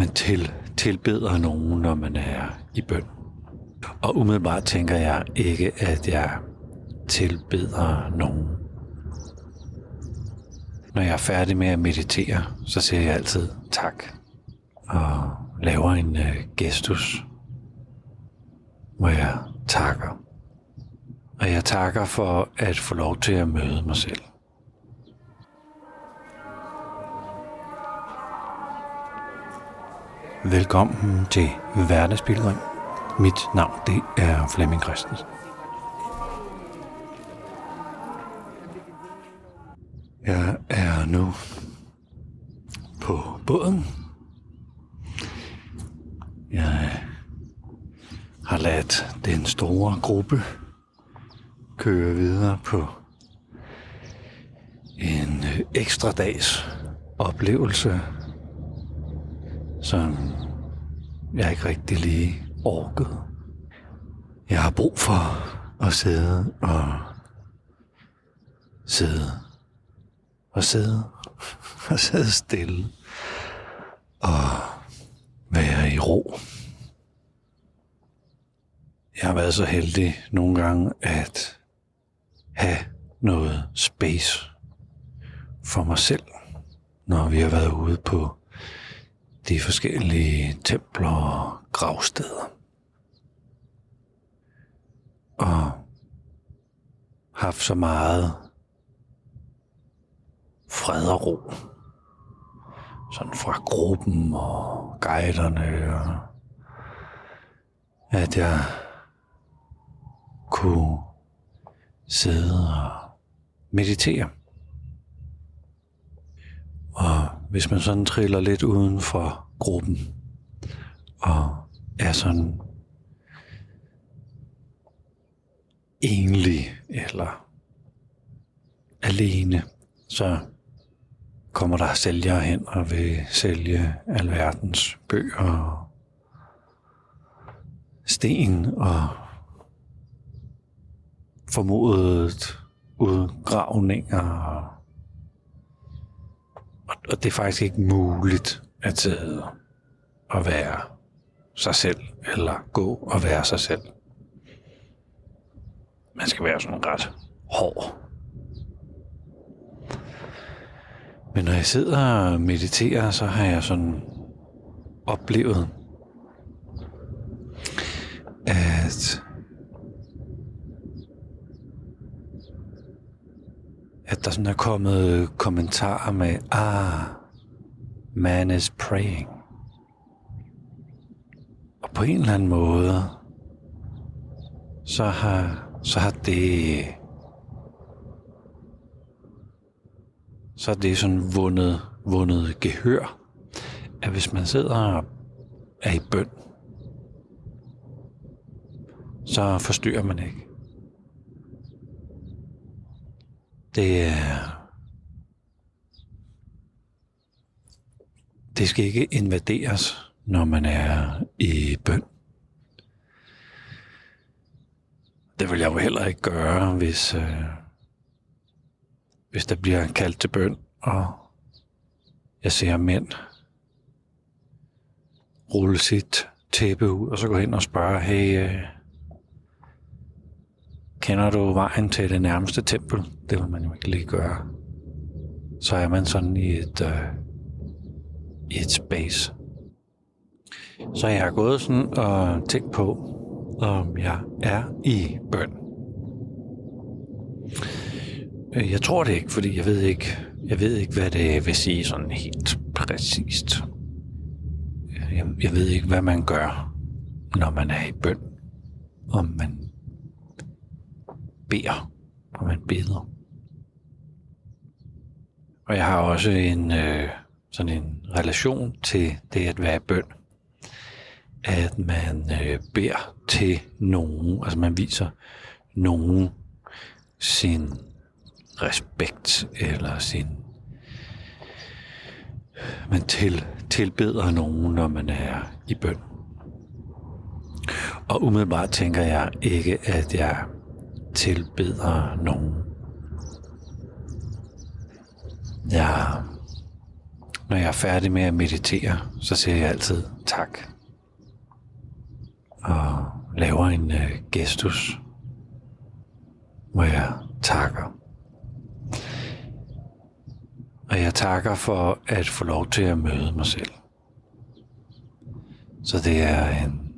man tilbeder nogen, når man er i bøn. Og umiddelbart tænker jeg ikke, at jeg tilbeder nogen. Når jeg er færdig med at meditere, så siger jeg altid tak og laver en gestus, hvor jeg takker. Og jeg takker for at få lov til at møde mig selv. Velkommen til Hverdagspilgrim. Mit navn det er Flemming Christensen. Jeg er nu på båden. Jeg har ladet den store gruppe køre videre på en ekstra dags oplevelse, som jeg ikke rigtig lige orkede. Jeg har brug for at sidde stille og være i ro. Jeg har været så heldig nogle gange at have noget space for mig selv, når vi har været ude på de forskellige templer og gravsteder. Og haft så meget fred og ro. Sådan fra gruppen og guiderne, og at jeg kunne sidde og meditere. Og hvis man sådan triller lidt uden for gruppen og er sådan enlig eller alene, så kommer der sælgere hen og vil sælge alverdens bøger og sten og formodet udgravninger. Og det er faktisk ikke muligt at sidde og være sig selv, eller gå og være sig selv. Man skal være sådan ret hård. Men når jeg sidder og mediterer, så har jeg sådan oplevet, at der sådan er kommet kommentarer med, man is praying. Og på en eller anden måde, så har det sådan vundet gehør, at hvis man sidder og er i bøn, så forstyrrer man ikke. Det skal ikke invaderes, når man er i bøn. Det vil jeg jo heller ikke gøre, hvis der bliver kaldt til bøn, og jeg ser mænd rulle sit tæppe ud, og så gå hen og spørge, hey, kender du vejen til det nærmeste tempel? Det vil man jo ikke lige gøre. Så er man sådan i et space. Så jeg har gået sådan og tænkt på, om jeg er i bøn. Jeg tror det ikke, fordi jeg ved ikke, hvad det vil sige sådan helt præcist. Jeg ved ikke, hvad man gør, når man er i bøn. Om man beder, om man beder. Og jeg har også sådan en relation til det at være i bøn. At man beder til nogen, altså man viser nogen sin respekt, eller man tilbeder nogen, når man er i bøn. Og umiddelbart tænker jeg ikke, at jeg tilbeder nogen. når jeg er færdig med at meditere, så siger jeg altid tak. Og laver en gestus, hvor jeg takker. Og jeg takker for at få lov til at møde mig selv. Så det er en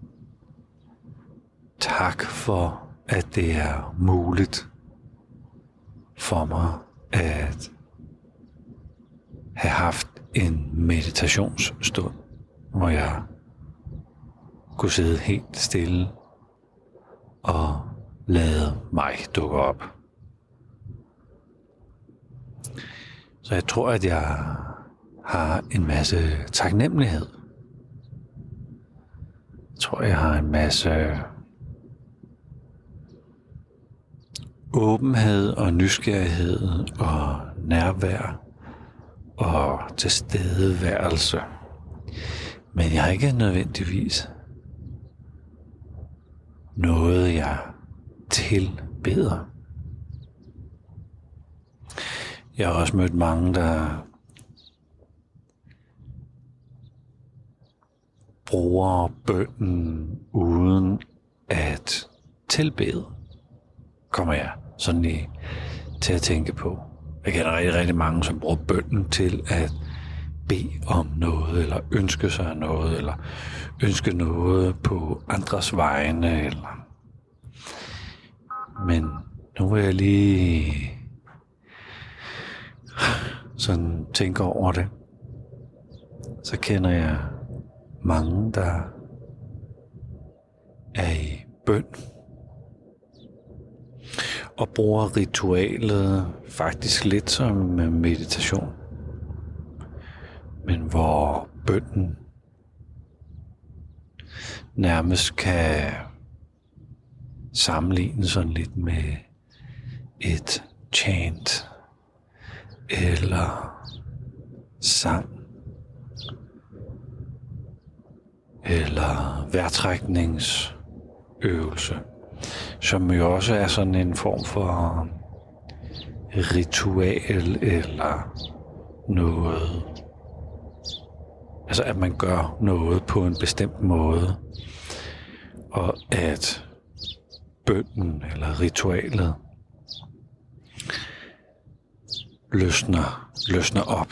tak for, at det er muligt for mig at have haft en meditationsstund, hvor jeg kunne sidde helt stille og lade mig dukke op. Så jeg tror, at jeg har en masse taknemmelighed. Jeg tror, jeg har en masse åbenhed og nysgerrighed og nærvær og tilstedeværelse. Men jeg har ikke nødvendigvis noget, jeg tilbeder. Jeg har også mødt mange, der bruger bønnen uden at tilbede, kommer jeg sådan lige til at tænke på. Jeg kender rigtig, rigtig mange, som bruger bønnen til at bede om noget, eller ønske sig noget, eller ønske noget på andres vegne. Eller. Men nu vil jeg lige sådan tænke over det. Så kender jeg mange, der er i bøn og bruger ritualet faktisk lidt som meditation, men hvor bønnen nærmest kan sammenlignes sådan lidt med et chant eller sang eller vejrtrækningsøvelse, som jo også er sådan en form for ritual eller noget. Altså at man gør noget på en bestemt måde, og at bønnen eller ritualet løsner op.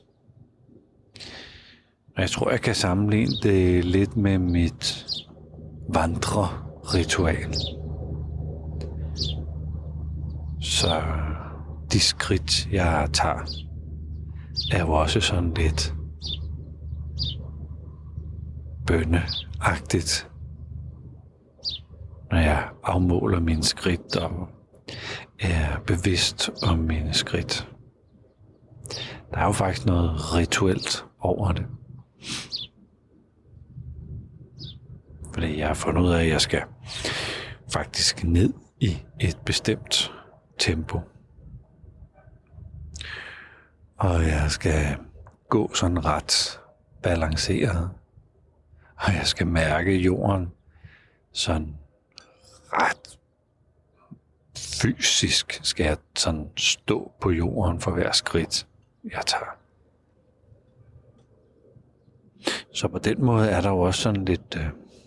Og jeg tror, jeg kan sammenligne det lidt med mit vandreritual. Så de skridt, jeg tager, er jo også sådan lidt bønneagtigt. Når jeg afmåler mine skridt og er bevidst om mine skridt. Der er jo faktisk noget rituelt over det. Fordi jeg har fundet ud af, at jeg skal faktisk ned i et bestemt tempo. Og jeg skal gå sådan ret balanceret. Og jeg skal mærke jorden sådan ret fysisk. Skal jeg sådan stå på jorden for hver skridt, jeg tager. Så på den måde er der jo også sådan lidt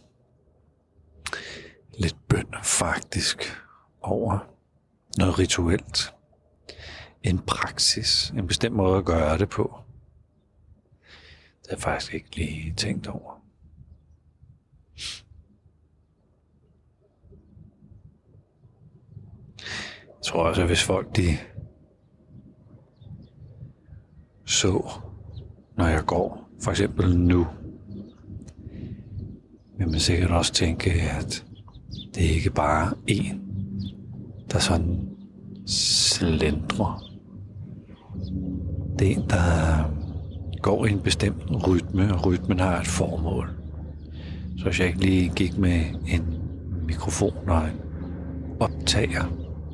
bøn faktisk over noget rituelt. En praksis, en bestemt måde at gøre det på. Det har jeg faktisk ikke lige tænkt over. Jeg tror også, at hvis folk de så, når jeg går, for eksempel nu, vil man sikkert også tænke, at det ikke bare er en, der sådan slendrer. Det er en, der går i en bestemt rytme, og rytmen har et formål. Så hvis jeg ikke lige gik med en mikrofon og en optager,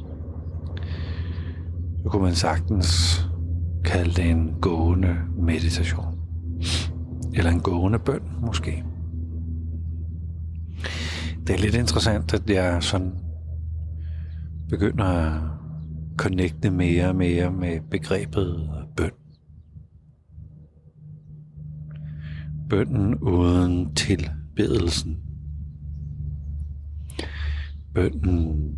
så kunne man sagtens kalde det en gående meditation. Eller en gående bøn, måske. Det er lidt interessant, at jeg sådan begynder at connecte mere og mere med begrebet bøn. bønnen uden tilbedelsen. Bønnen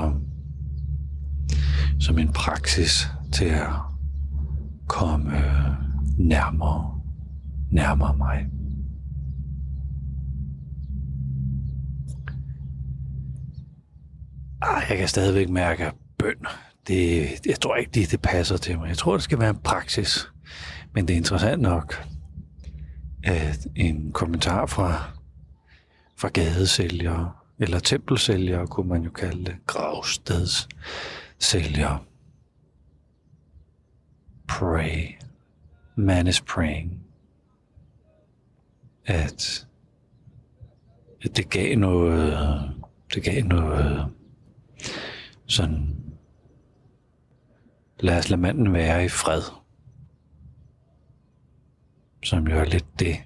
som en praksis til at komme nærmere mig. Jeg kan stadigvæk mærke, at bøn, jeg tror ikke, det passer til mig. Jeg tror, det skal være en praksis. Men det er interessant nok, at en kommentar fra gadesælgere, eller tempelsælgere, kunne man jo kalde det, gravstedssælgere. Pray. Man is praying. At det gav noget sådan, lad os lade manden være i fred. Som jo er lidt det,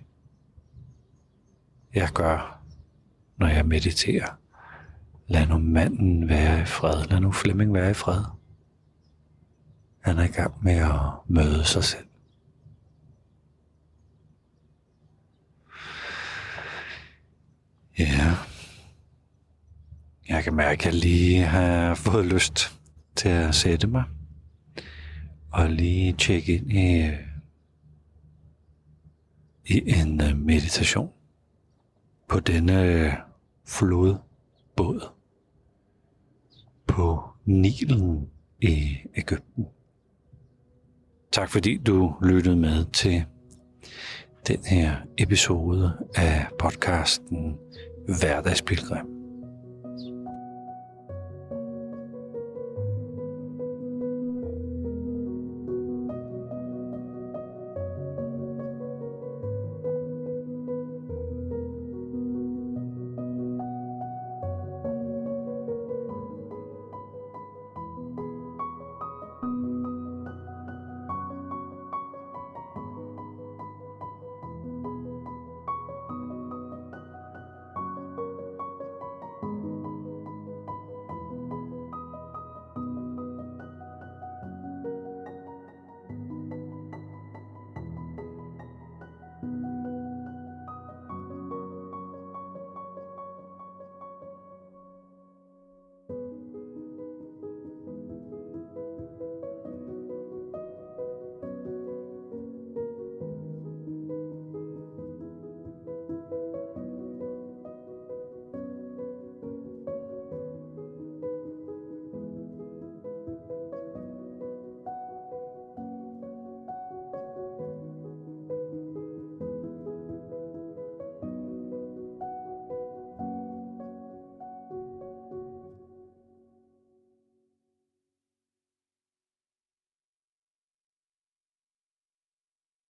jeg gør, når jeg mediterer. Lad nu manden være i fred. Lad nu Flemming være i fred. Han er i gang med at møde sig selv. Ja. Jeg kan mærke, at jeg lige har fået lyst til at sætte mig. Og lige tjekke ind i en meditation på denne flodbåd på Nilen i Egypten. Tak fordi du lyttede med til den her episode af podcasten Hverdagspilgrim.